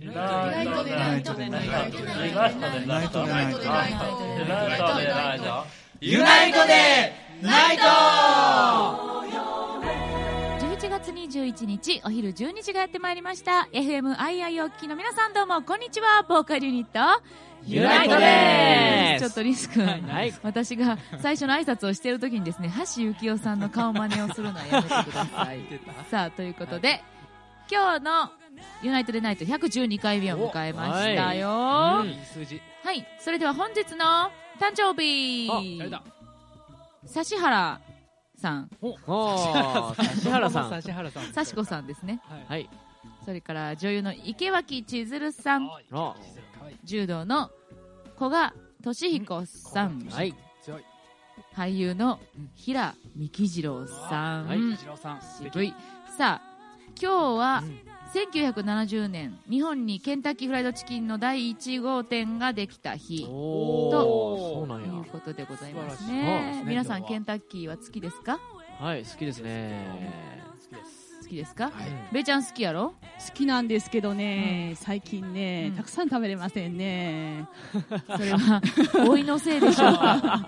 ユナイトでナイトでナイトでナイトでナイトでナイトでナイトユナイトでナイト。 11月21日お昼12時がやってまいりました。 FMII お聞きの皆さんどうもこんにちは。ボーカルユニットユナイトでーす。 ちょっとリス君、 はい、 私が最初の挨拶をしている時にですね、橋幸夫さんの顔真似をするのはやめてくださいさあということで、はい、今日のユナイトでナイト112回目を迎えましたよ。はい、 いい数字。 はい、それでは本日の誕生日、指原さん、 指原さん、 指子さんですね。 はい。 それから女優の池脇千鶴さん、柔道の古賀稔彦さん、はい、俳優の平幹二郎さん、はい、渋い。さあ今日は、1970年日本にケンタッキーフライドチキンの第1号店ができた日ということでございますね。皆さんケンタッキーは好きですか？ はい、好きですね。 好きですか？べイちゃん好きやろ？ 好きなんですけどね、最近ね、たくさん食べれませんね。 それは老いのせいでしょうか？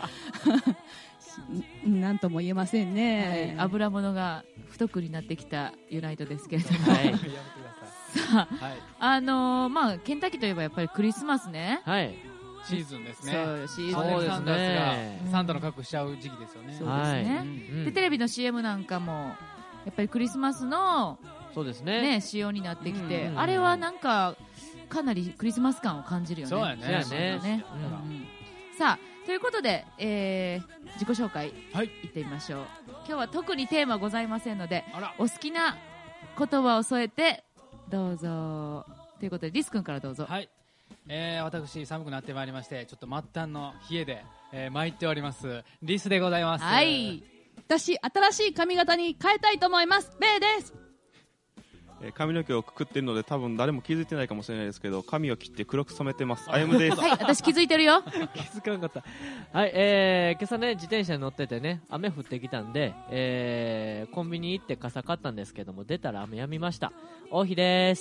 なんとも言えませんね、 はい、油物が太くになってきたユナイトですけれども、はい、さあ、まあ、ケンタッキーといえばやっぱりクリスマスね、 はい、シーズンですね。 そうシーズンサンタがサンタの格好しちゃう時期ですよね。 そうですね、でテレビの CM なんかもやっぱりクリスマスのそうですね、 仕様になってきて、あれはなんかかなりクリスマス感を感じるよね。 そうやね。 さあということで、自己紹介、いってみましょう。今日は特にテーマございませんので、お好きな言葉を添えてどうぞということで、リス君からどうぞ。 はい、私寒くなってまいりまして、ちょっと末端の冷えで、参っておりますリスでございます。 はい、 私新しい髪型に変えたいと思います。ベイです。 髪の毛をくくってるので多分誰も気づいてないかもしれないですけど、髪を切って黒く染めてます。あやむです。 はい、私気づいてるよ。 気づかなかった。はい、今朝ね自転車に乗っててね、雨降ってきたんで、コンビニ行って傘買ったんですけども、出たら雨止みました。大日です。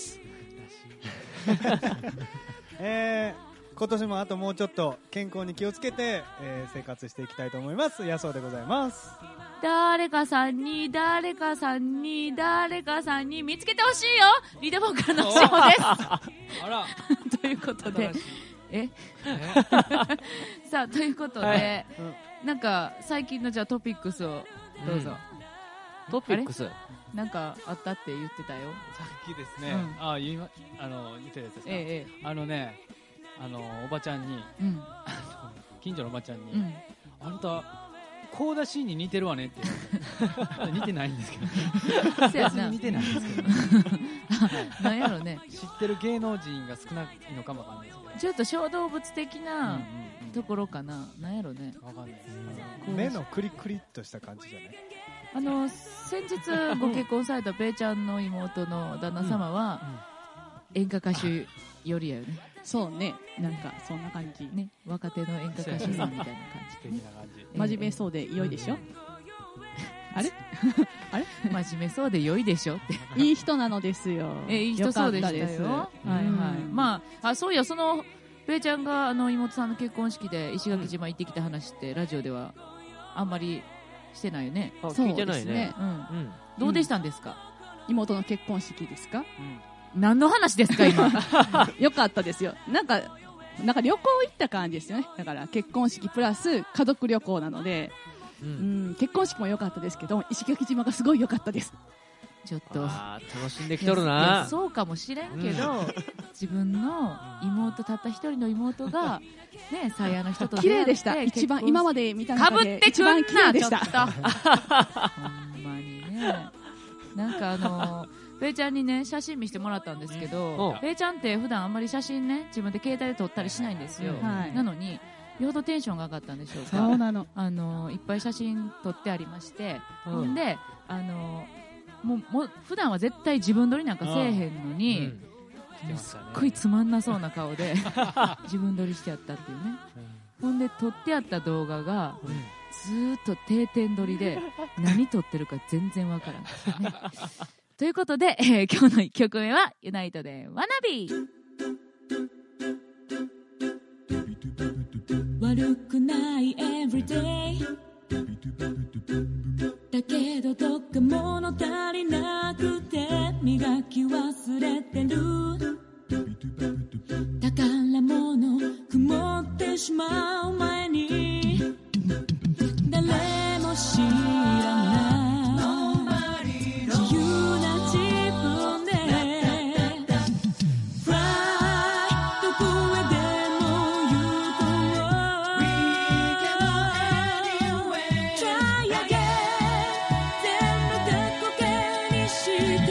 今年もあともうちょっと健康に気をつけて、生活していきたいと思います。やそうでございます。 誰かさんに見つけてほしいよ、リーダーボーカルのしほですあらということでさあということで、なんか最近のじゃあトピックスをどうぞ。 トピックスなんかあったって言ってたよさっきですね。言ってたやつですか？おばちゃんに、近所のおばちゃんに、あんたコーダシーンに似てるわねって似てないんですけど別に似てないんですけどなんやろね、 知ってる芸能人が少ないのかもわかんないですけど、 ちょっと小動物的なところかな、なんやろね、 わかんないです。 目のクリクリっとした感じじゃない？ 先日ご結婚されたべイちゃんの妹の旦那様は演歌歌手よりやよね。 そうね、なんかそんな感じね、若手の演歌歌手さんみたいな感じ、 真面目そうで良いでしょ。あれ真面目そうで良いでしょっていい人なのですよ。 いい人そうでしたよ。まあそういや、そのべイちゃんが妹さんの結婚式で石垣島行ってきた話ってラジオではあんまりしてないよね。 聞いてないね。 どうでしたんですか？ 妹の結婚式ですか？ 何の話ですか今？ よかったですよ。なんか旅行行った感じですよね。だから結婚式プラス家族旅行なので、結婚式も良かったですけど、石垣島がすごい良かったです。 ちょっと楽しんできとるな。 そうかもしれんけど、自分の妹、たった一人の妹がね、最愛の人と綺麗でした。一番今まで見た中で一番綺麗でした。 ほんまにね。なんかべイちゃんにね写真見せてもらったんですけど、べイちゃんって普段あんまり写真ね自分で携帯で撮ったりしないんですよ。なのによほどテンションが上がったんでしょうか。 そうなの。 いっぱい写真撮ってありまして、ほんでもう普段は絶対自分撮りなんかせえへんのに、すっごいつまんなそうな顔で自分撮りしてやったっていうね。ほんで撮ってあった動画がずーっと定点撮りで何撮ってるか全然わからんですよね。ということで、今日の1曲目はユナイトでワナビー。 everyday だけどどっか物足りなくて磨き忘れてる宝物曇ってしまう前に誰も知らない自由な自分で Fly どこへでも行こう We can go anywhere Try again 全部過去形にして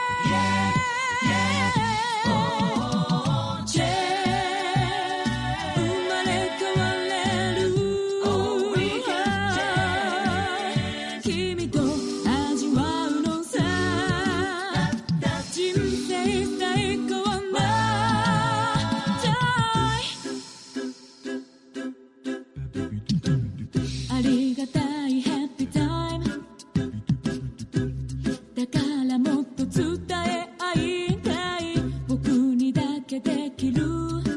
ありがたいハッピータイムだからもっと伝え合いたい僕にだけできる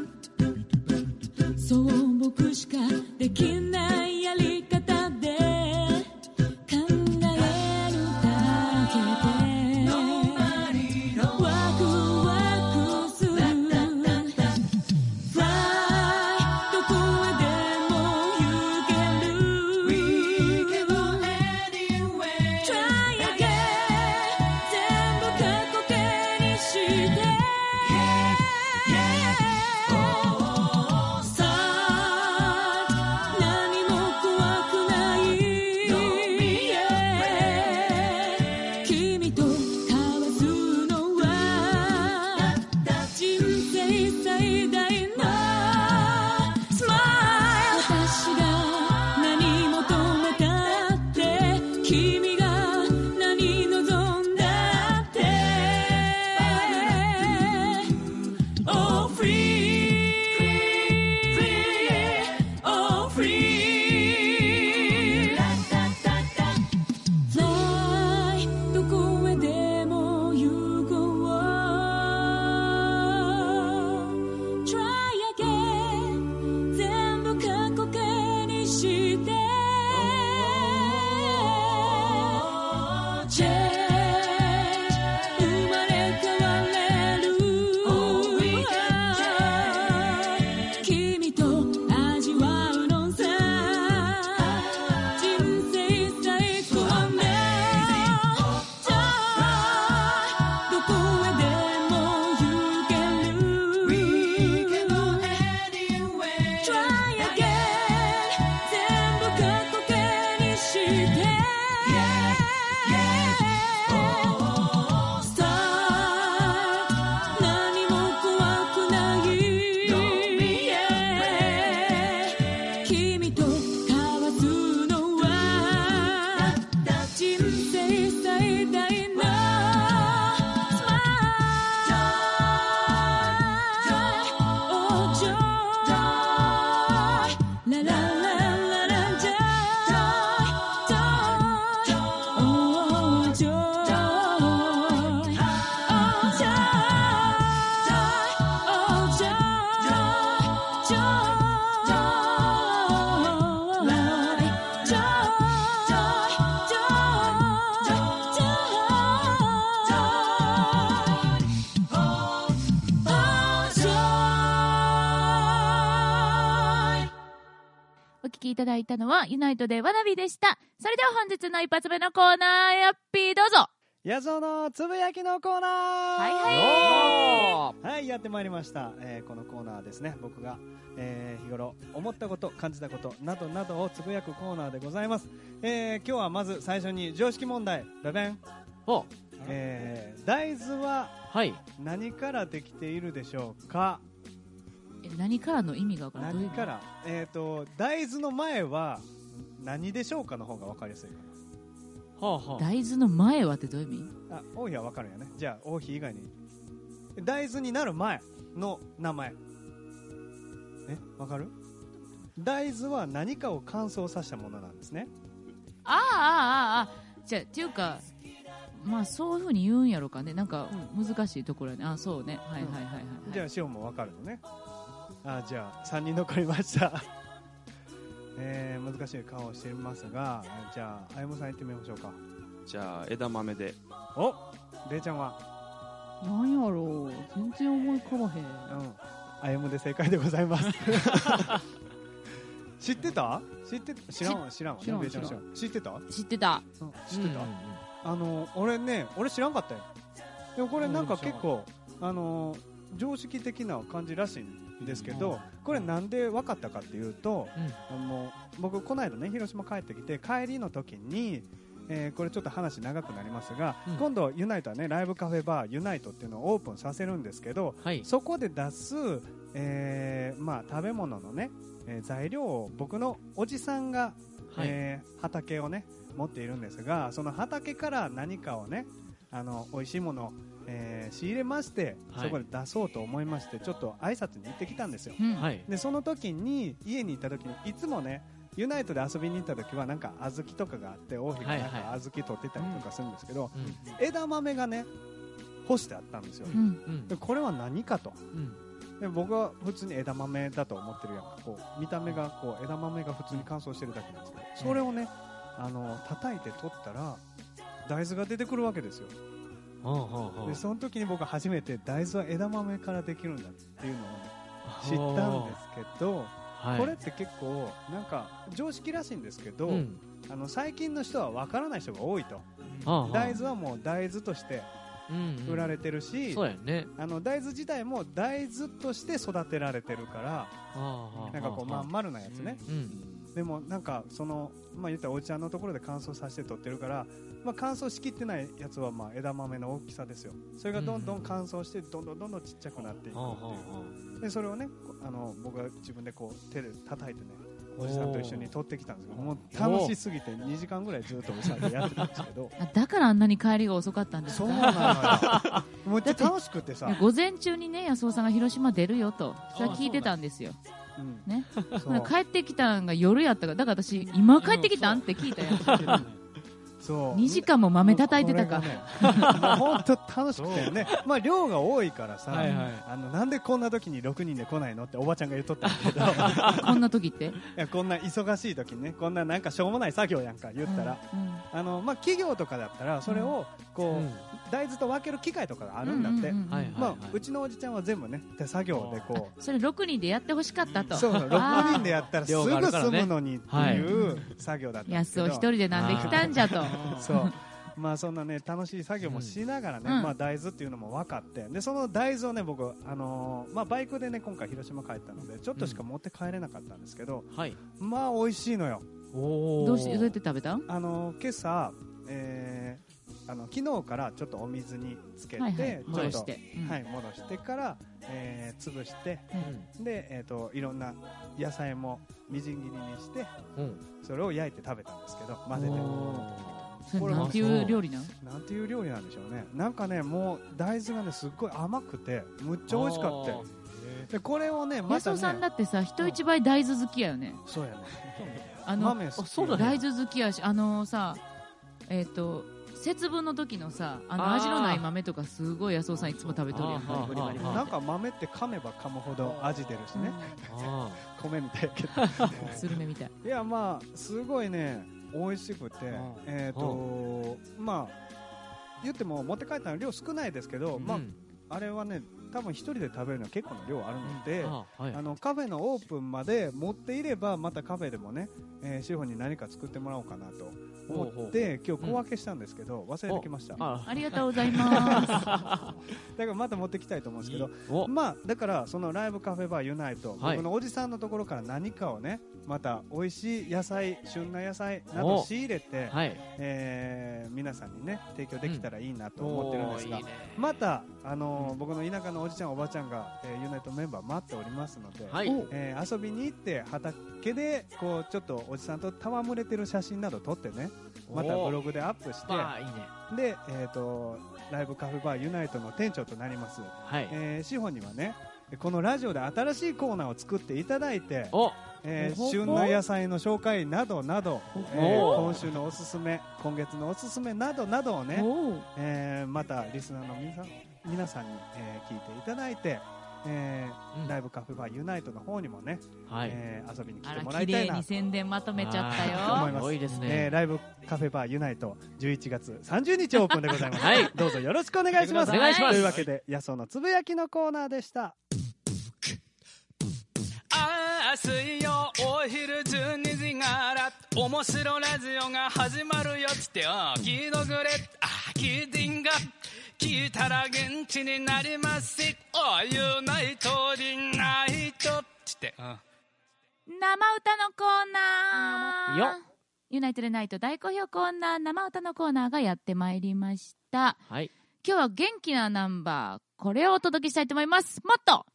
そう僕しかできないやり方で考えるだけでワクワクする Fly どこへでも行ける We can go anywhere Try again 全部過去形にしてさあ何も怖くない君と交わすのは人生最大のスマイル私が何求めたって君が何望んだって Oh free Oh free Fly どこへでも行こう Try again 全部過去形にして生まれ変われる君と味わうのさ人生最高のどこへでも行ける We can go anywhere Try again 全部過去形にして何も怖くない君と交わすのは人生最大のスマイル Oh joy ラララララ joy Oh joy Joy お聞きいただいたのはユナイトでわなびでした。それでは本日の一発目のコーナー、やっぴーどうぞ。 やぞのつぶやきのコーナー。はい、やってまいりました。このコーナーですね、僕が、日頃思ったこと感じたことなどなどをつぶやくコーナーでございます。今日はまず最初に常識問題。ベベン。大豆は何からできているでしょうか。 何からの意味が分からない。 何から、大豆の前は何でしょうかの方が分かりやすいかな。 大豆の前はってどういう意味？ 王妃は分かるよね。じゃあ王妃以外に大豆になる前の名前分かる？大豆は何かを乾燥させたものなんですね。 じゃあっていうか、まあそういうふうに言うんやろかね。なんか難しいところやね。そうね。はいはいはいはい。 じゃあ塩も分かるのね。じゃあ3人残りました。 難しい顔をしていますが、じゃああやむさん行ってみましょうか。 じゃあ枝豆で。 お、れいちゃんはなんやろう、全然思い浮かばへん。 あやむで正解でございます。知ってた？知ってた？知らんわ。知ってた？ 知ってた。 知ってた？俺知らんかったよ。でもこれなんか結構常識的な感じらしいんですけど、これなんで分かったかっていうと、僕この間ね広島帰ってきて、帰りの時にこれちょっと話長くなりますが、今度ユナイトはねライブカフェバーユナイトっていうのをオープンさせるんですけど、そこで出す、食べ物のね、材料を僕のおじさんが、畑をね持っているんですが、その畑から何かをね美味しいものを、仕入れまして、そこで出そうと思いまして、ちょっと挨拶に行ってきたんですよ。でその時に家に行った時にいつもねユナイトで遊びに行った時はなんか小豆とかがあって、王妃がなんか小豆取ってたりとかするんですけど、枝豆がね干してあったんですよ。でこれは何かと、で僕は普通に枝豆だと思ってるやんか、こう見た目がこう枝豆が普通に乾燥してるだけなんですけど、それをね叩いて取ったら大豆が出てくるわけですよ。でその時に僕は初めて大豆は枝豆からできるんだっていうのを、ね、知ったんですけど、これって結構なんか常識らしいんですけど、最近の人は分からない人が多いと。大豆はもう大豆として売られてるし、大豆自体も大豆として育てられてるから、なんかこうまん丸なやつね。でもなんか言ったらおじちゃんのところで乾燥させて取ってるから、乾燥しきってないやつは枝豆の大きさですよ。それがどんどん乾燥してどんどんちっちゃくなっていくっていう。でそれをね僕が自分でこう手で叩いてねおじさんと一緒に取ってきたんですけど、もう楽しすぎて2時間ぐらいずっとおじさんでやってたんですけどだからあんなに帰りが遅かったんですか。 そうなのよ。めっちゃ楽しくてさ、 午前中にね安尾さんが広島出るよとそれは聞いてたんですよ。ね、帰ってきたんが夜やったから、だから私今帰ってきたんって聞いたよ。そう2時間も豆叩いてたか。 本当楽しくてね、量が多いからさ、なんでこんな時に6人で来ないのっておばちゃんが言っとったんだけどこんな時って、いやこんな忙しい時にね、こんななんかしょうもない作業やんか言ったら、企業とかだったらそれをこう、大豆と分ける機械とかがあるんだって。うちのおじちゃんは全部ね手作業でこう、 それ6人でやってほしかったと。 そう6人でやったらすぐ済むのにっていう作業だったんですけど、 安尾一人でなんで来たんじゃと。 そうそんなね楽しい作業もしながらね、大豆っていうのも分かって、でその大豆をね僕バイクでね今回広島帰ったのでちょっとしか持って帰れなかったんですけど、美味しいのよ。 どうやって食べた？ 今朝昨日からちょっとお水につけて戻して戻してから潰して、でいろんな野菜もみじん切りにして、それを焼いて食べたんですけど、混ぜて。 これなんていう料理なんでしょうね。なんかねもう大豆がねすっごい甘くてむっちゃ美味しかったよ。でこれをね安尾さんだってさ人一倍大豆好きやよね。 そうやね。 大豆好きやし節分の時のさ味のない豆とかすごい安尾さんいつも食べとるやん。 なんか豆って噛めば噛むほど味出るしね。米みたいやけどスルメみたい。 いやすごいね美味しくて、言っても持って帰ったの量少ないですけど、あれはね多分一人で食べるのは結構の量あるので、カフェのオープンまで持っていればまたカフェでもね、シフォンに何か作ってもらおうかなと思って今日小分けしたんですけど、忘れてきました。 ありがとうございますだからまた持ってきたいと思うんですけど、だからそのライブカフェバーユナイト、僕のおじさんのところから何かをねまた美味しい野菜、旬な野菜など仕入れて、皆さんにね提供できたらいいなと思ってるんですが、また僕の田舎のおじちゃんおばちゃんが、ユナイトメンバー待っておりますので、遊びに行って畑でこうちょっとおじさんと戯れてる写真など撮ってね、またブログでアップして、で、ライブカフェバーユナイトの店長となります、シフォンにはねこのラジオで新しいコーナーを作っていただいて、旬な野菜の紹介などなど、今週のおすすめ、今月のおすすめなどなどをね、またリスナーの皆さんに、聞いていただいて、 ライブカフェバーユナイトの方にもね、遊びに来てもら綺いたいな麗に宣伝まとめちゃったよ。 思います。 多いですね。 ライブカフェバーユナイト11月30日オープンでございます。どうぞよろしくお願いします。 お願いします。 というわけで野草のつぶやきのコーナーでした。 水曜お昼12時から面白ラジオが始まるよって聞いとくれ。聞いてんが聞いたら元気になりますしユナイトリナイトって生歌のコーナーよユナイトリナイト大好評コーナー生歌のコーナーがやってまいりました。今日は元気なナンバーこれをお届けしたいと思います。もっと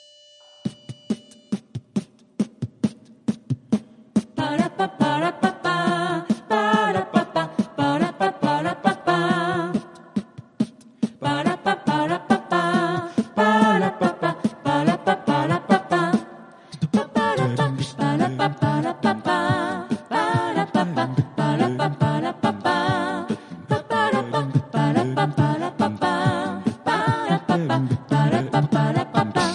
パラパパラパパパラパパパラパパラパパパラパパラパパパラパパパラパパラパパパラパパラパパラパパパラパパパラパパラパパパラパパラパパラパパパラパパラパパラパパ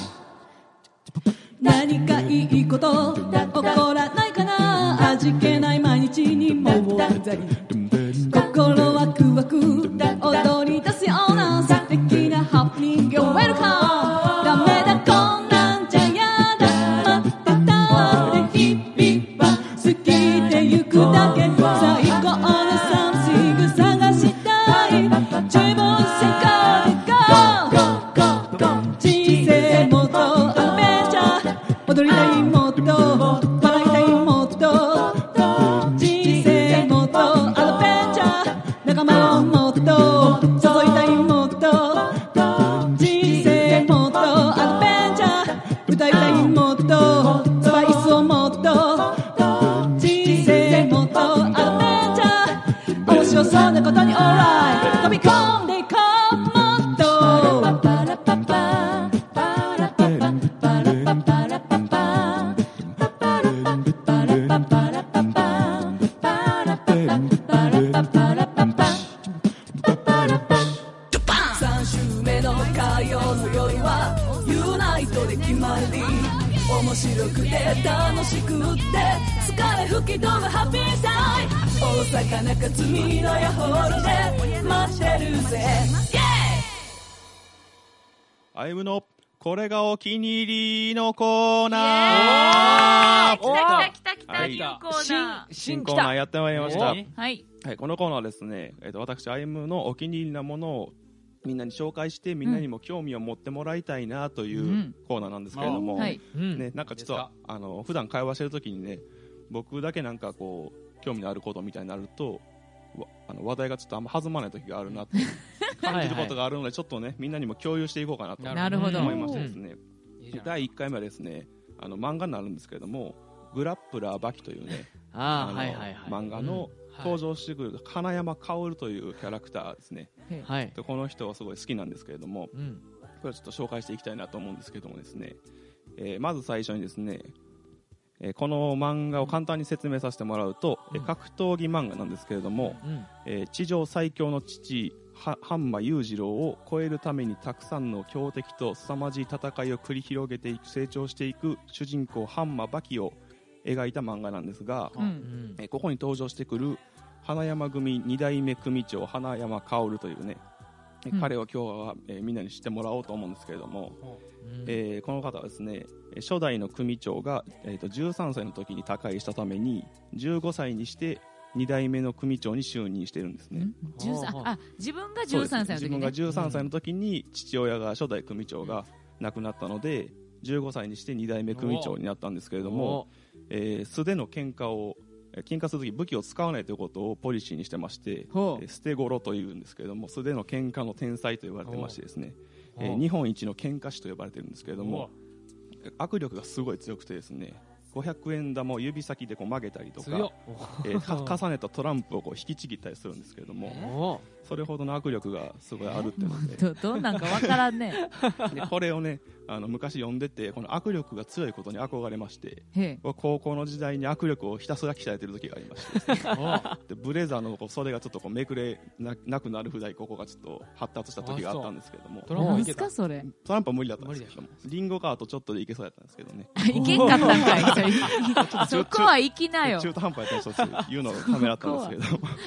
何かいいこと起こらないかな。味気ない毎日にもうざり心ワクワク踊り出すような素敵なハプニングをウェルカム。ダメだこんなんじゃやだ待ってたって日々は過ぎてゆくだけ。最高のサムシング探したい自分世界が人生もっとアドベンチャー踊りたいもっと笑いたいもっと人生もっとアドベンチャー仲間をもっと誘いたいもっと人生もっとアドベンチャー歌いたいもっとスパイスをもっと人生もっとアドベンチャー面白そうなことにオーライ飛び込んでいこうもっとパラパパパラパパパラパパラパパ3週目の火曜の夜はユナイトで決まり面白くて楽しくって疲れ吹き飛ぶハッピータイム大阪中積みのヤホールで待ってるぜアイムのこれがお気に入りのコーナー。 来た新コーナー新コーナーやってまいりました。 はい、 このコーナーはですね、私アイムのお気に入りなものをみんなに紹介してみんなにも興味を持ってもらいたいなというコーナーなんですけれども、ね、なんかちょっと普段会話してる時にね僕だけなんかこう興味のあることみたいになると話題がちょっとあんま弾まない時があるなと感じることがあるのでちょっとねみんなにも共有していこうかなと思いましてですね、第1回目はですね漫画になるんですけれどもグラップラーバキというね漫画の登場してくる金山薫というキャラクターですね、でこの人はすごい好きなんですけれども、これをちょっと紹介していきたいなと思うんですけどもですね、まず最初にですねこの漫画を簡単に説明させてもらうと、格闘技漫画なんですけれども、地上最強の父半間裕次郎を超えるためにたくさんの強敵と凄まじい戦いを繰り広げていく成長していく主人公半間バキを描いた漫画なんですが、ここに登場してくる花山組2代目組長花山薫というね、彼を今日は、みんなに知ってもらおうと思うんですけれども、この方はですね初代の組長が、13歳の時に他界したために15歳にして2代目の組長に就任してるんですね。 自分が13歳の時に、 自分が13歳の時に父親が初代組長が亡くなったので15歳にして2代目組長になったんですけれども、素手の喧嘩するとき武器を使わないということをポリシーにしてまして、捨て頃というんですけれども素手の喧嘩の天才と呼ばれてましてですね、日本一の喧嘩師と呼ばれてるんですけれども握力がすごい強くてですね500円玉を指先でこう曲げたりとか、重ねたトランプをこう引きちぎったりするんですけれども、それほどの握力がすごいあるってのでどんなんかわからんねでこれをね昔読んでてこの握力が強いことに憧れまして、高校の時代に握力をひたすら鍛えてる時がありましてですねでブレザーの袖がちょっとこうめくれ なくなるぐらいここがちょっと発達した時があったんですけども、 何ですかそれ。 トランプは無理だったんですけども、リンゴかあとちょっとでいけそうやったんですけどねいけんかったんかいそこは行きなよ。 中途半端やったらそう言うのがためらったんですけども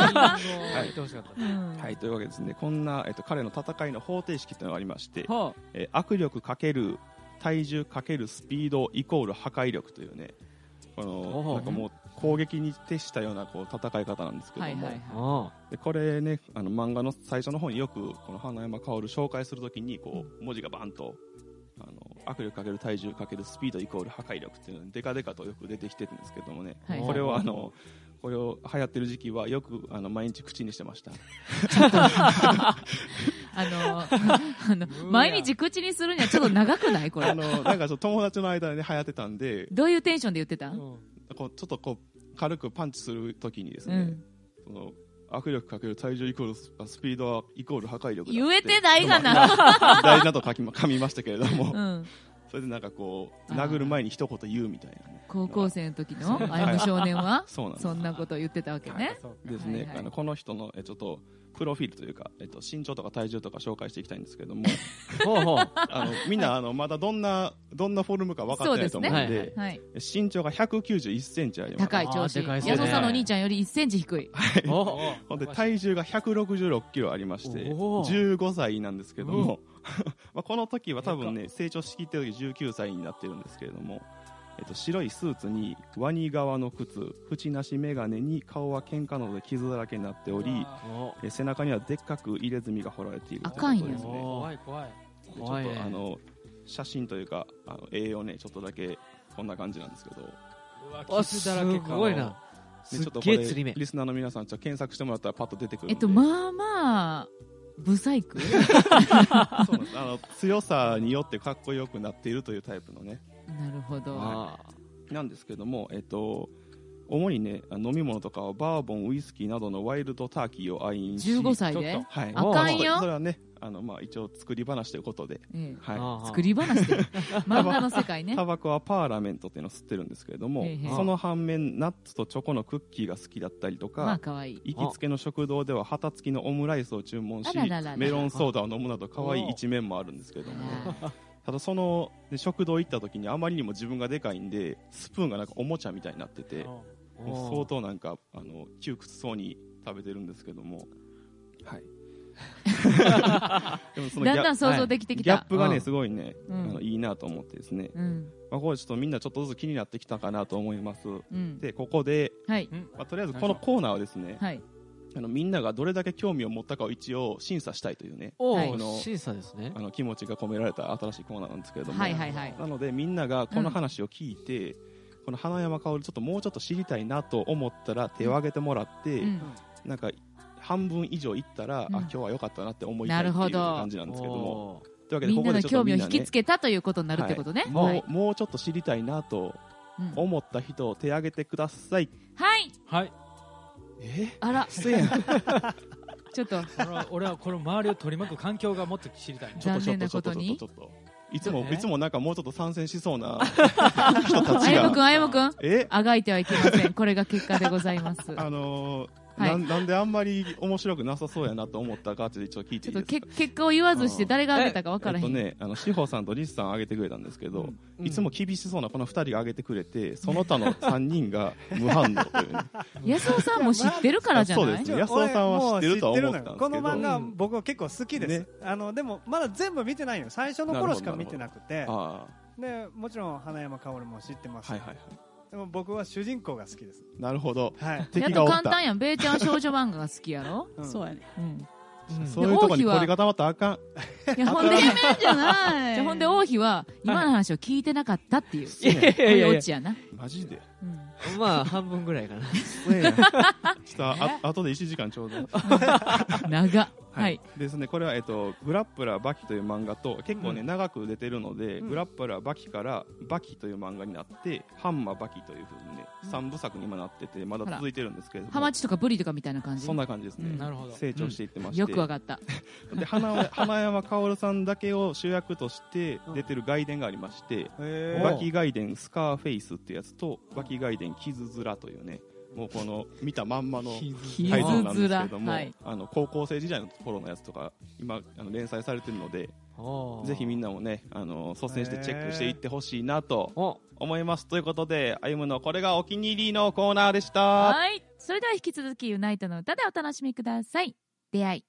はい、というわけですね、こんな、彼の戦いの方程式というのがありまして、握力かける体重かけるスピードイコール破壊力というね、なんかもう攻撃に徹したようなこう戦い方なんですけども、でこれね漫画の最初の方によくこの花山薫紹介するときにこう文字がバンと握力かける体重かけるスピードイコール破壊力っていうのがデカデカとよく出てきてるんですけどもね、これをこれを流行ってる時期はよく毎日口にしてました毎日口にするにはちょっと長くないこれなんかちょっと友達の間で流行ってたんで、 どういうテンションで言ってた？ こうちょっとこう軽くパンチするときにですね、その握力かける体重イコールスピードはイコール破壊力だって言えてないがな大事なと噛みましたけれども、それでなんかこう殴る前に一言言うみたいな、ね、 高校生の時のあやむ少年はそんなことを言ってたわけね、 ですね、この人のちょっとプロフィールというか、身長とか体重とか紹介していきたいんですけどもみんなまだどんなフォルムか分かってないと思うので、身長が191センチあります。 高い調子。矢野さんのお兄ちゃんより1センチ低い。 ほんで体重が166キロありまして15歳なんですけどもこの時は多分ね成長しきってる時19歳になってるんですけれども、白いスーツにワニ革の靴、縁なし眼鏡に顔は喧嘩などで傷だらけになっており、背中にはでっかく入れ墨が彫られているということですね。 怖い怖い。 ちょっと写真というか絵をねちょっとだけこんな感じなんですけど、 傷だらけか。すごいな。 すっげえ釣り目。リスナーの皆さんちょっと検索してもらったらパッと出てくるんで。 まあまあブサイク。 そうなんです。強さによってかっこよくなっているというタイプのね。 なるほど。 なんですけども、主にね飲み物とかはバーボン、ウイスキーなどのワイルドターキーを愛飲し、 15歳で、 はい、 あかんよ。 それはね一応作り話ということで、 作り話で漫画の世界ね。 タバコはパーラメントっていうのを吸ってるんですけれども、その反面ナッツとチョコのクッキーが好きだったりとか、行きつけの食堂では旗付きのオムライスを注文しメロンソーダを飲むなど可愛い一面もあるんですけども、ただその食堂行った時にあまりにも自分がでかいんでスプーンがなんかおもちゃみたいになってて相当なんか窮屈そうに食べてるんですけども、はいでもそのだんだん想像できてきたギャップがねすごいねいいなと思ってですね、これちょっとみんなちょっとずつ気になってきたかなと思います。でここでとりあえずこのコーナーはですね、みんながどれだけ興味を持ったかを一応審査したいというね、 審査ですね、 気持ちが込められた新しいコーナーなんですけれども、なのでみんながこの話を聞いて、この花山薫ちょっともうちょっと知りたいなと思ったら手を挙げてもらって、なんか半分以上いったら、今日は良かったなって思いたいっていう感じなんですけども、というわけでここでちょっとみんな、ね、 みんなの興味を引きつけたということになるってことね、 もうちょっと知りたいなと思った人を手を挙げてください。 はいあらせやちょっと俺はこの周りを取り巻く環境がもっと知りたい。 残念なことにいつもなんかもうちょっと参戦しそうな人たちがあやむくんあがいてはいけません。これが結果でございます。 なんであんまり面白くなさそうやなと思ったかって一応聞いていいですか。 ちょっと結果を言わずして誰が挙げたか分からへん。 志保さんとリスさん挙げてくれたんですけど、いつも厳しそうなこの2人が挙げてくれて、その他の3人が無反応というね。 安尾さんも知ってるからじゃない。 そうですね、安尾さんは知ってるとは思ったんですけど、 この漫画僕は結構好きです、でもまだ全部見てないよ。最初の頃しか見てなくて、でもちろん花山薫も知ってます。でも僕は主人公が好きです。 なるほど。 敵がおった。簡単やん。ベイちゃんは少女漫画が好きやろ。 そうやね。 そういうとこに凝り固まったらあかん。 いやほんでじゃない。ほんで王妃は今の話を聞いてなかったっていう。そういうオチやな。 マジで。 まあ半分ぐらいかな。 ちょっと後で1時間ちょうど。 長っ。 はい。 ですね、これは、グラップラーバキという漫画と結構ね、長く出てるので、グラップラーバキからバキという漫画になって、ハンマーバキというふうにね、3部作に今なってて、まだ続いてるんですけれども。 ハマチとかブリとかみたいな感じ。 そんな感じですね。 なるほど。 成長していってまして。 よくわかった。 で、花山薫さんだけを主役として出てる外伝がありまして、バキ外伝スカーフェイスっていうやつと、バキ外伝傷面というね、もうこの見たまんまのタイトルなんですけれども、はい、高校生時代の頃のやつとか今連載されてるので、ぜひみんなもね率先してチェックしていってほしいなと思います。ということで、あゆむのこれがお気に入りのコーナーでした。 はい、それでは引き続きユナイトの歌でお楽しみください。出会い。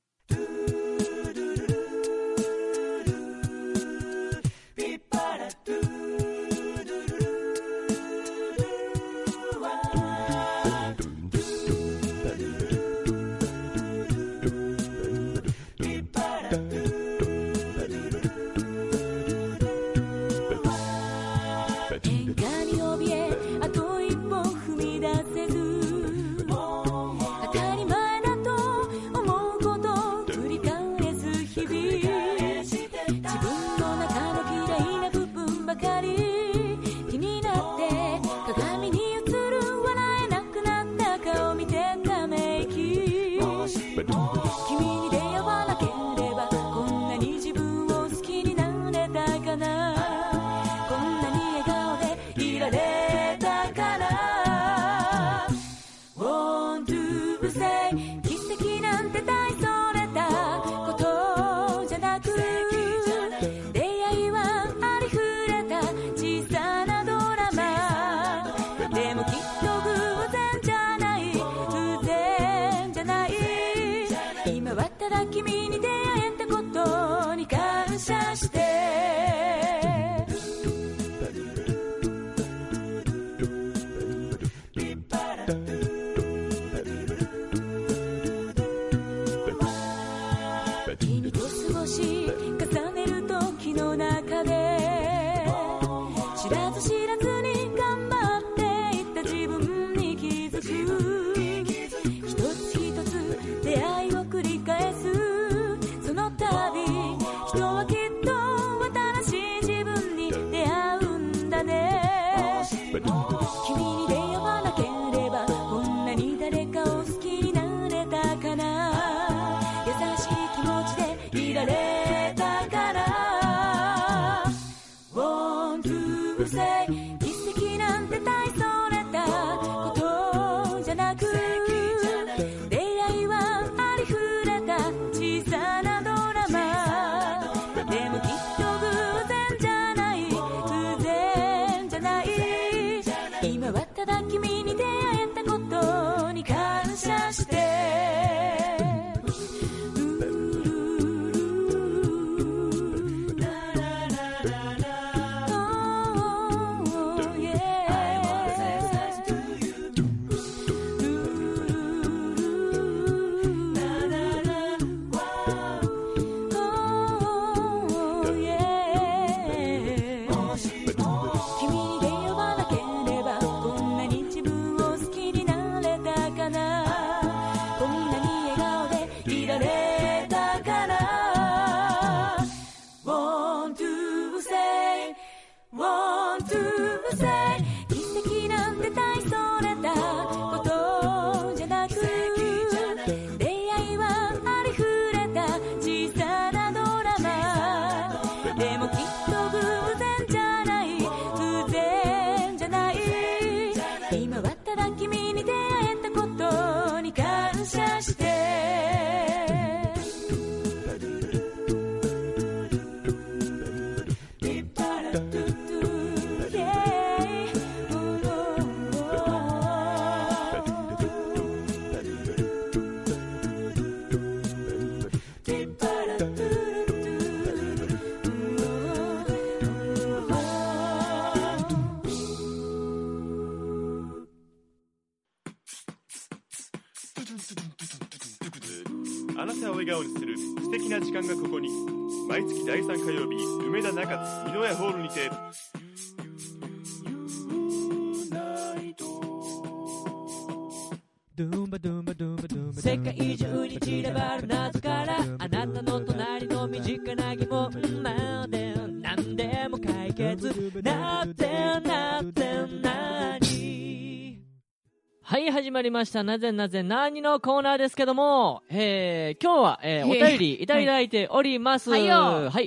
あなたを笑顔にする素敵な時間がここに。毎月第3火曜日、梅田中津美濃屋ホールにて。 世界中に散らばる謎からあなたの隣の身近な疑問まで何でも解決なって何はい、始まりましたなぜなぜ何のコーナーですけども、今日は、お便りいただいております。はい、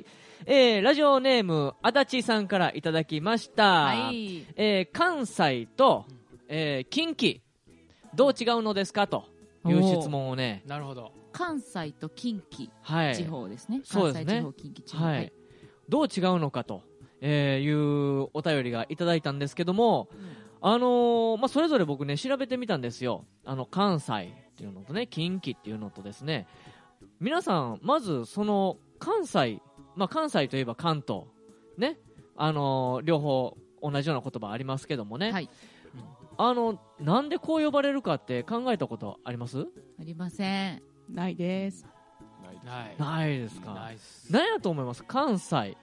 ラジオネーム足立さんからいただきました。はい、関西と、近畿どう違うのですかという質問をね。 なるほど。 関西と近畿地方ですね。 そうですね。 関西地方、近畿地方。 はい。どう違うのかと、いうお便りがいただいたんですけども、それぞれ僕ね調べてみたんですよ。関西っていうのとね近畿っていうのとですね、皆さんまずその関西、関西といえば関東ね、両方同じような言葉ありますけどもね、はい、なんでこう呼ばれるかって考えたことあります？ ありません。ないです。 ないですか。何やと思います？関西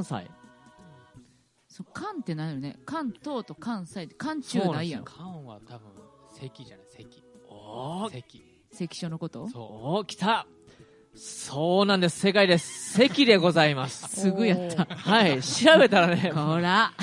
そう、関ってないよね。関東と関西って関中ないやん。 関は多分関じゃない。 関所のこと？ そう、来た。そうなんです。正解です。関でございます。 すぐやった。 はい、調べたらね。 こら。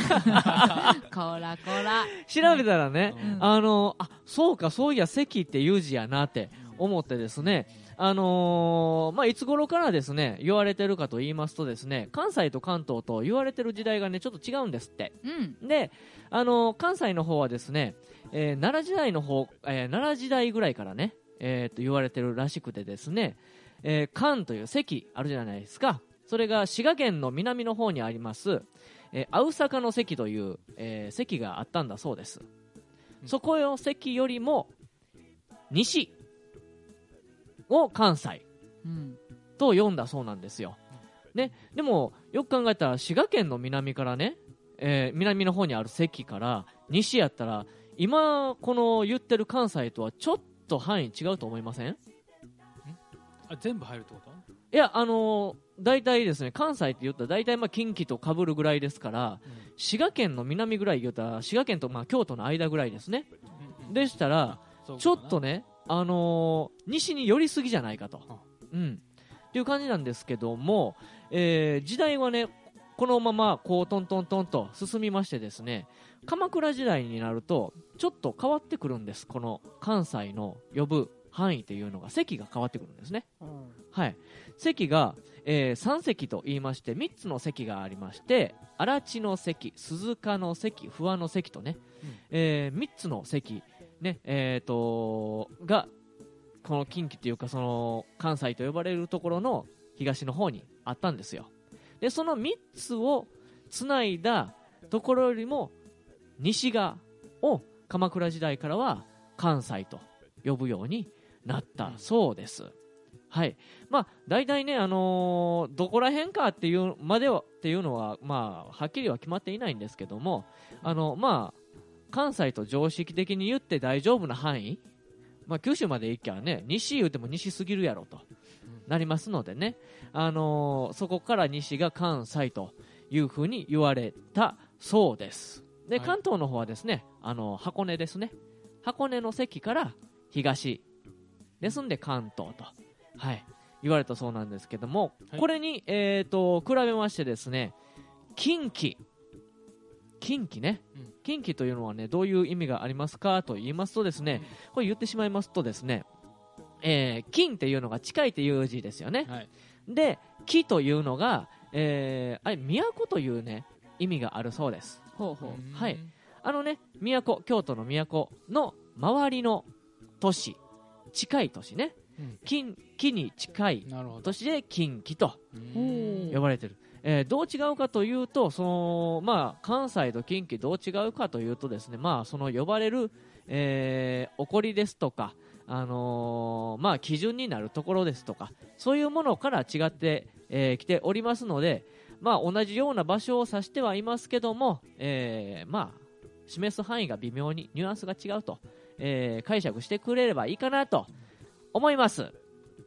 調べたらね、そうか、そういや関っていう字やなって思ってですね、いつ頃からですね言われてるかと言いますとですね、関西と関東と言われてる時代がねちょっと違うんですって、で関西の方はですね、奈良時代の方、奈良時代ぐらいからね、言われてるらしくてですね、関という関あるじゃないですか。それが滋賀県の南の方にあります、青坂の関という、関があったんだそうです、そこの関よりも西を関西と呼んだそうなんですよ、ね、でもよく考えたら滋賀県の南からね、南の方にある関から西やったら今この言ってる関西とはちょっと範囲違うと思いません？ 全部入るってこと？ いや、大体ですね、関西って言ったら大体近畿と被るぐらいですから、滋賀県の南ぐらい言ったら滋賀県と京都の間ぐらいですね、でしたらちょっとね西に寄りすぎじゃないかと、っていう感じなんですけども、時代はねこのままこうトントントンと進みましてですね、鎌倉時代になるとちょっと変わってくるんです。この関西の呼ぶ範囲というのが関が変わってくるんですね、はい、関が、3関と言いまして3つの関がありまして、荒地の関、鈴鹿の関、不破の関とね、3つの関ね、がこの近畿というかその関西と呼ばれるところの東の方にあったんですよ。でその3つをつないだところよりも西側を鎌倉時代からは関西と呼ぶようになったそうです、はい。大体ね、どこら辺かっていうまではっていうのははっきりは決まっていないんですけども、関西と常識的に言って大丈夫な範囲、九州まで行きゃね西言うても西すぎるやろとなりますのでね、そこから西が関西というふうに言われたそうです。で、関東の方はですね、箱根ですね、箱根の関から東ですんで関東と、はい、言われたそうなんですけども、これに、比べましてですね、近畿ね、近畿というのはねどういう意味がありますかと言いますとですね、これ言ってしまいますとですね、近っていうのが近いという字ですよね、はい、で畿というのが、都というね意味があるそうです。はい、都、京都の都の周りの都市、近い都市ね、畿に近い都市で近畿と呼ばれている。どう違うかというと、関西と近畿どう違うかというとですね、その呼ばれる、起こりですとか、基準になるところですとか、そういうものから違って、きておりますので、同じような場所を指してはいますけども、示す範囲が微妙にニュアンスが違うと、解釈してくれればいいかなと思います。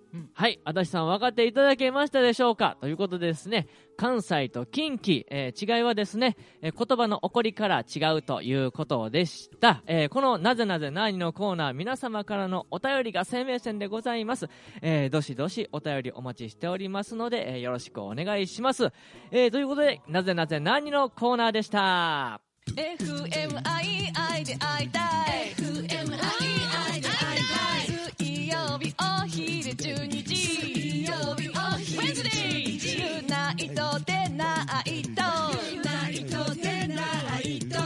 はい、足立さん分かっていただけましたでしょうか。ということでですね、関西と近畿、違いはですね、言葉の起こりから違うということでした。このなぜなぜなにのコーナー、皆様からのお便りが生命線でございます。どしどしお便りお待ちしておりますので、よろしくお願いします。ということで、なぜなぜなにのコーナーでした。 FMII で会いたい FMII で会いたい水曜日お昼12時水曜日お昼12時ユナイトでナイトユナイトでナイトエンディングのコーナ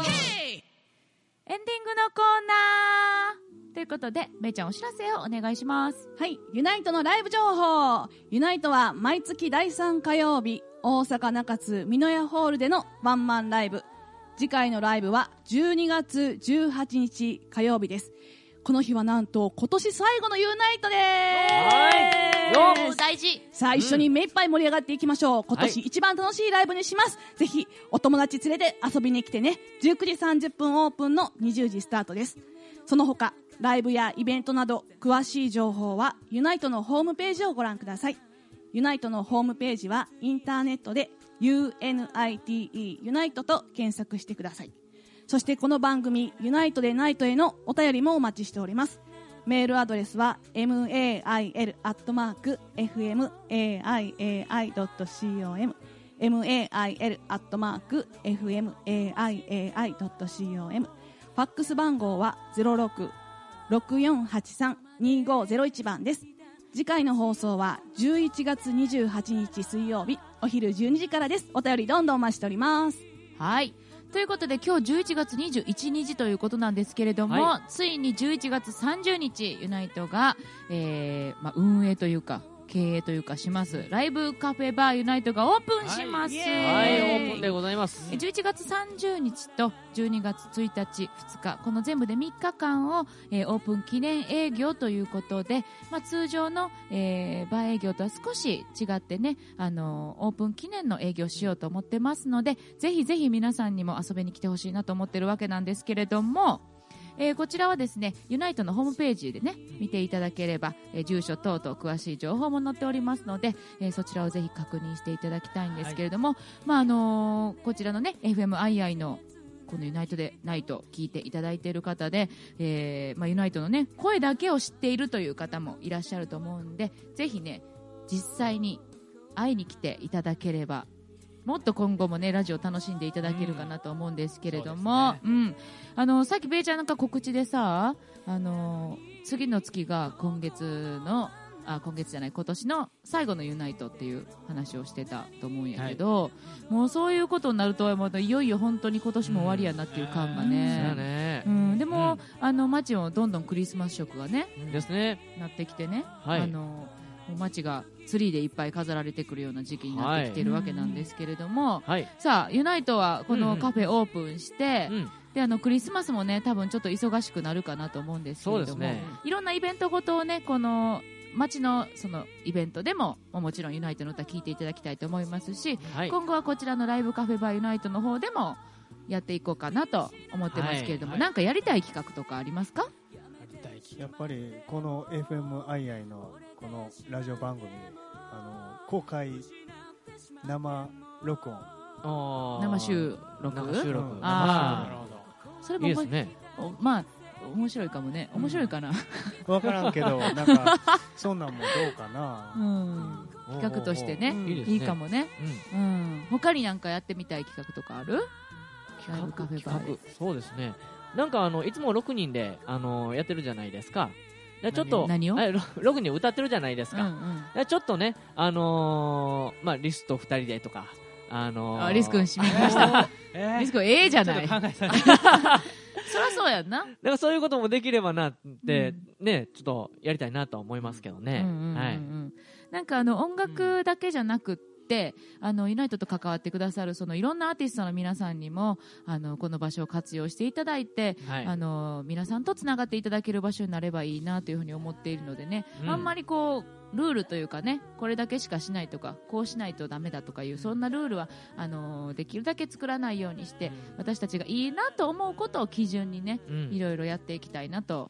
ーということで、めいちゃんお知らせをお願いします。 はい、ユナイトのライブ情報。ユナイトは毎月第3火曜日、大阪中津美濃屋ホールでのワンマンライブ。次回のライブは12月18日火曜日です。この日はなんと今年最後のユナイトです。 大事。 さあ、一緒に目いっぱい盛り上がっていきましょう。今年一番楽しいライブにします。ぜひお友達連れて遊びに来てね。19時30分オープンの20時スタートです。その他ライブやイベントなど詳しい情報はユナイトのホームページをご覧ください。ユナイトのホームページはインターネットでUNITE ユナイトと検索してください。そしてこの番組ユナイトでナイトへのお便りもお待ちしております。メールアドレスは mail@fmaiai.com mail@fmaiai.com ファックス番号は 06-6483-2501 番です。次回の放送は11月28日水曜日お昼12時からです。お便りどんどんお待ちしております。 はい、ということで今日11月21日ということなんですけれども、ついに11月30日ユナイトが、運営というか経営というかしますライブカフェバーユナイトがオープンします。 はい、オープンでございます。 11月30日と12月1日2日この全部で3日間を、オープン記念営業ということで、通常の、バー営業とは少し違ってね、オープン記念の営業しようと思ってますので、ぜひぜひ皆さんにも遊びに来てほしいなと思ってるわけなんですけれども、こちらはですねユナイトのホームページでね見ていただければ、住所等々詳しい情報も載っておりますので、そちらをぜひ確認していただきたいんですけれども、こちらのね FMII のこのユナイトでナイト聞いていただいている方で、ユナイトのね声だけを知っているという方もいらっしゃると思うんで、ぜひね実際に会いに来ていただければもっと今後もねラジオ楽しんでいただけるかなと思うんですけれども、さっきベイちゃんなんか告知でさ、次の月が今年の最後のユナイトっていう話をしてたと思うんやけど、もうそういうことになるともういよいよ本当に今年も終わりやなっていう感がね、でも、街もどんどんクリスマス色がねですねなってきてね、街がツリーでいっぱい飾られてくるような時期になってきているわけなんですけれども、さあユナイトはこのカフェオープンして、でクリスマスもね多分ちょっと忙しくなるかなと思うんですけれども、いろんなイベントごとをねこの街のそのイベントでももちろんユナイトの歌聴いていただきたいと思いますし、今後はこちらのライブカフェバーユナイトの方でもやっていこうかなと思ってますけれども、なんかやりたい企画とかありますか？ やっぱりこの FMII のこのラジオ番組公開生録音生収録それもいいですね。面白いかもね。面白いかな、 分からんけどなんかそんなんもどうかな、 企画としてね、いいかもね。他になんかやってみたい企画とかある？ライブカフェバー。 そうですね、なんかいつも6人でやってるじゃないですか。ちょっと何を 6人歌ってるじゃないですか、ちょっとねリスと2人でとかリス君締めましたリス君じゃないそりゃそうやんな。 だからそういうこともできればなってね、ちょっとやりたいなと思いますけどね。 なんか音楽だけじゃなくってユナイトと関わってくださるそのいろんなアーティストの皆さんにもこの場所を活用していただいて、皆さんとつながっていただける場所になればいいなというふうに思っているのでね、あんまりこうルールというかねこれだけしかしないとかこうしないとダメだとかいうそんなルールはできるだけ作らないようにして、私たちがいいなと思うことを基準にね、いろいろやっていきたいなと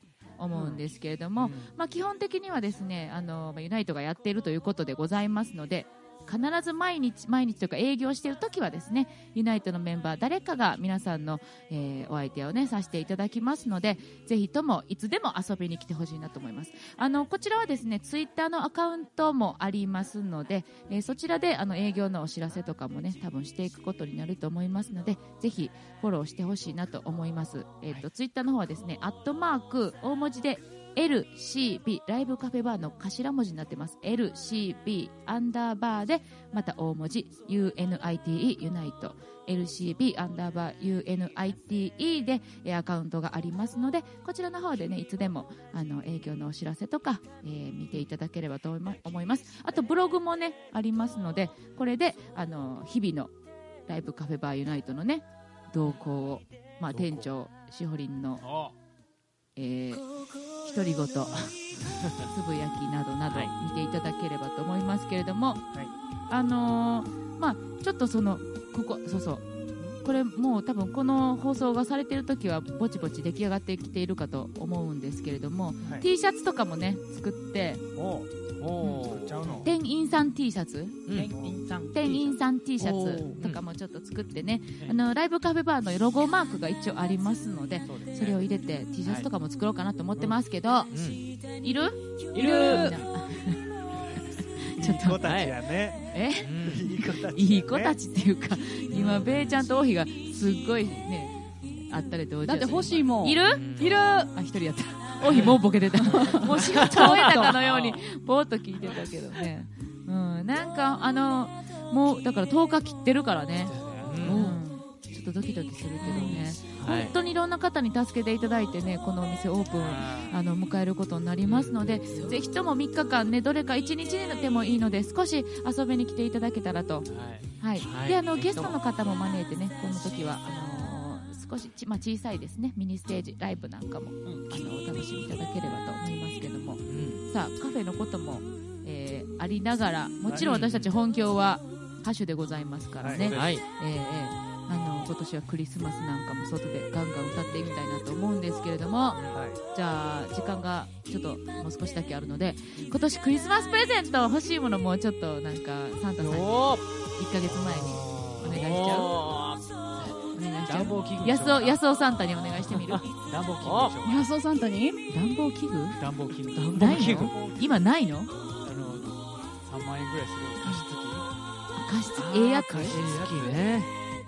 思うんですけれども、基本的にはですねユナイトがやっているということでございますので、必ず毎日というか営業しているときはですねユナイトのメンバー誰かが皆さんの、お相手をねさせていただきますので、ぜひともいつでも遊びに来てほしいなと思います。こちらはですねツイッターのアカウントもありますので、そちらで営業のお知らせとかもね多分していくことになると思いますので、ぜひフォローしてほしいなと思います。ツイッターの方はですね@大文字でLCB ライブカフェバーの頭文字になってます。 LCB アンダーバーでまた大文字 UNITE ユナイト LCB アンダーバー UNITE でアカウントがありますので、こちらの方でねいつでも営業のお知らせとか、見ていただければと思います。あとブログもねありますので、これで日々のライブカフェバーユナイトのね動向を、店長しほりんの独り言つぶやきなどなど見ていただければと思いますけれども、ちょっとこれもう多分この放送がされている時はぼちぼち出来上がってきているかと思うんですけれども、T シャツとかもね作って店員さん T シャツ店員さん T シャツとかもちょっと作ってね、ライブカフェバーのロゴマークが一応ありますので、それを入れて T シャツとかも作ろうかなと思ってますけど、いるちょっといい子たちやね。 いい子たちっていうか、今ベイちゃんとオヒがすっごいねあったり同時だって欲しいもん。 いる一人やった。オヒもうボケてた。もう仕事を終えたかのようにぼーっと聞いてたけどね。なんかもうだから10日切ってるからね。ちょっとドキドキするけどね、本当にいろんな方に助けていただいてね、このお店オープン迎えることになりますので、ぜひとも3日間ねどれか1日でもいいので少し遊びに来ていただけたらと。でゲストの方も招いてね、この時は少し小さいですねミニステージライブなんかも、お楽しみいただければと思いますけども、さあカフェのことも、ありながら、もちろん私たち本業は歌手でございますからね、今年はクリスマスなんかも外でガンガン歌っていきたいなと思うんですけれども、じゃあ時間がちょっともう少しだけあるので、今年クリスマスプレゼント欲しいものもちょっとなんかサンタさんに1ヶ月前にお願いしちゃう。お願いしちゃう。安尾サンタにお願いしてみる。 暖房器具でしょ。 安尾サンタに暖房器具暖房器具ないの？今ないの？3 万円ぐらいする加湿器。やつ。 加湿器ね。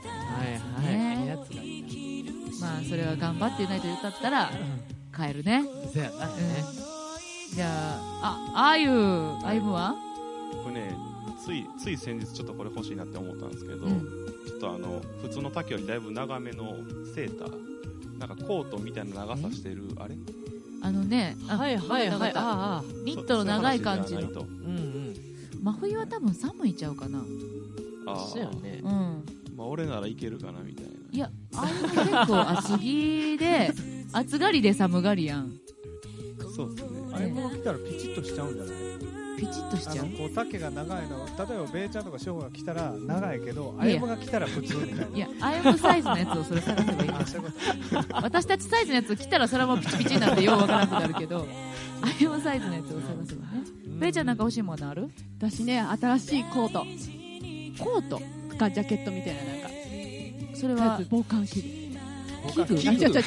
それは頑張ってユナイトで歌ったら買えるね。 そうやな。 じゃああゆはこれね、つい先日ちょっとこれ欲しいなって思ったんですけど、ちょっと普通の丈よりだいぶ長めのセーター、なんかコートみたいな長さしてるあれ、 ニットの長い感じの。真冬は多分寒いちゃうかな。 そうやね。 俺ならいけるかなみたいな。 いや、結構厚着で暑がりで寒がりやん。 そうですね。 あれも着たらピチッとしちゃうんじゃない？ ピチッとしちゃう。 こう丈が長いの、例えばベイちゃんとかショーが着たら長いけど、あやむが着たら普通みたいな。 いや、あやむサイズのやつをそれ探せばいい。私たちサイズのやつ着たらそれはもうピチピチになってようわからなくなるけど、あやむサイズのやつを探せばね。ベイちゃんなんか欲しいものある？ 私ね、新しいコートかジャケットみたいな、なんかそれは防寒着具。 防寒着間違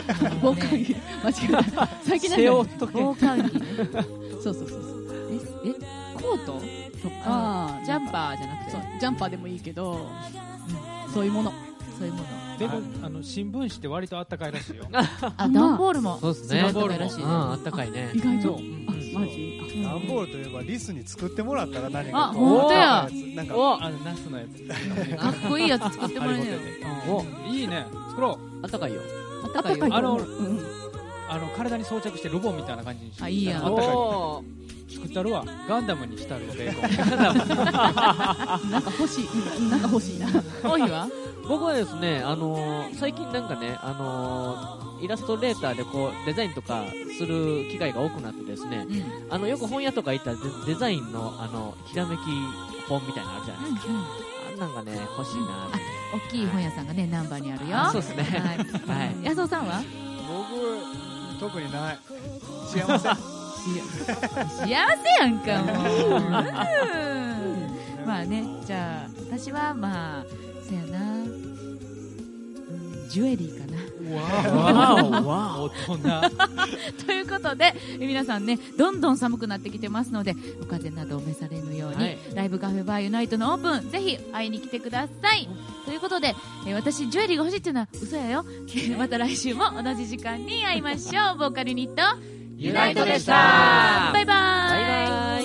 えた。最近背負っとけ。 防寒着。 そう。 コートとかジャンパーじゃなくて、 ジャンパーでもいいけど、そういうもの。 でも新聞紙って割とあったかいらしいよ。 段ボールもそうですね。 あったかいらしい。 あったかいね。 意外と。マジ？ 段ボールといえばリスに作ってもらったら何か。 あ、本当や。 なんかナスのやつ。 かっこいいやつ作ってもらえるよ。 いいね。作ろう。 あったかいよ。 あったかいよ。 体に装着してロボみたいな感じにして。 あ、いいやん。 作ったるわ。ガンダムにしたるわ。ベーコン。 なんか欲しいな。 多いわ。 僕はですね、最近なんかね、イラストレーターでこうデザインとかする機会が多くなってですね、よく本屋とか行ったらデザインのひらめき本みたいなのあるじゃないですか。あんなんがね欲しいな。 大きい本屋さんがね、難波にあるよ。 そうですね。 はい。安尾さんは？ 僕特にない。幸せ。 幸せやんか、もう。まあね、じゃあ、私はまあ、そやな、ジュエリーかな。 わお、大人。ということで、皆さんね、どんどん寒くなってきてますので、お風邪などお召されぬように、はい、ライブカフェバーユナイトのオープン、ぜひ会いに来てください。ということで、私、ジュエリーが欲しいっていうのは嘘やよ。また来週も同じ時間に会いましょう。ボーカルユニット、ユナイトでした。バイバイ。バイバイ。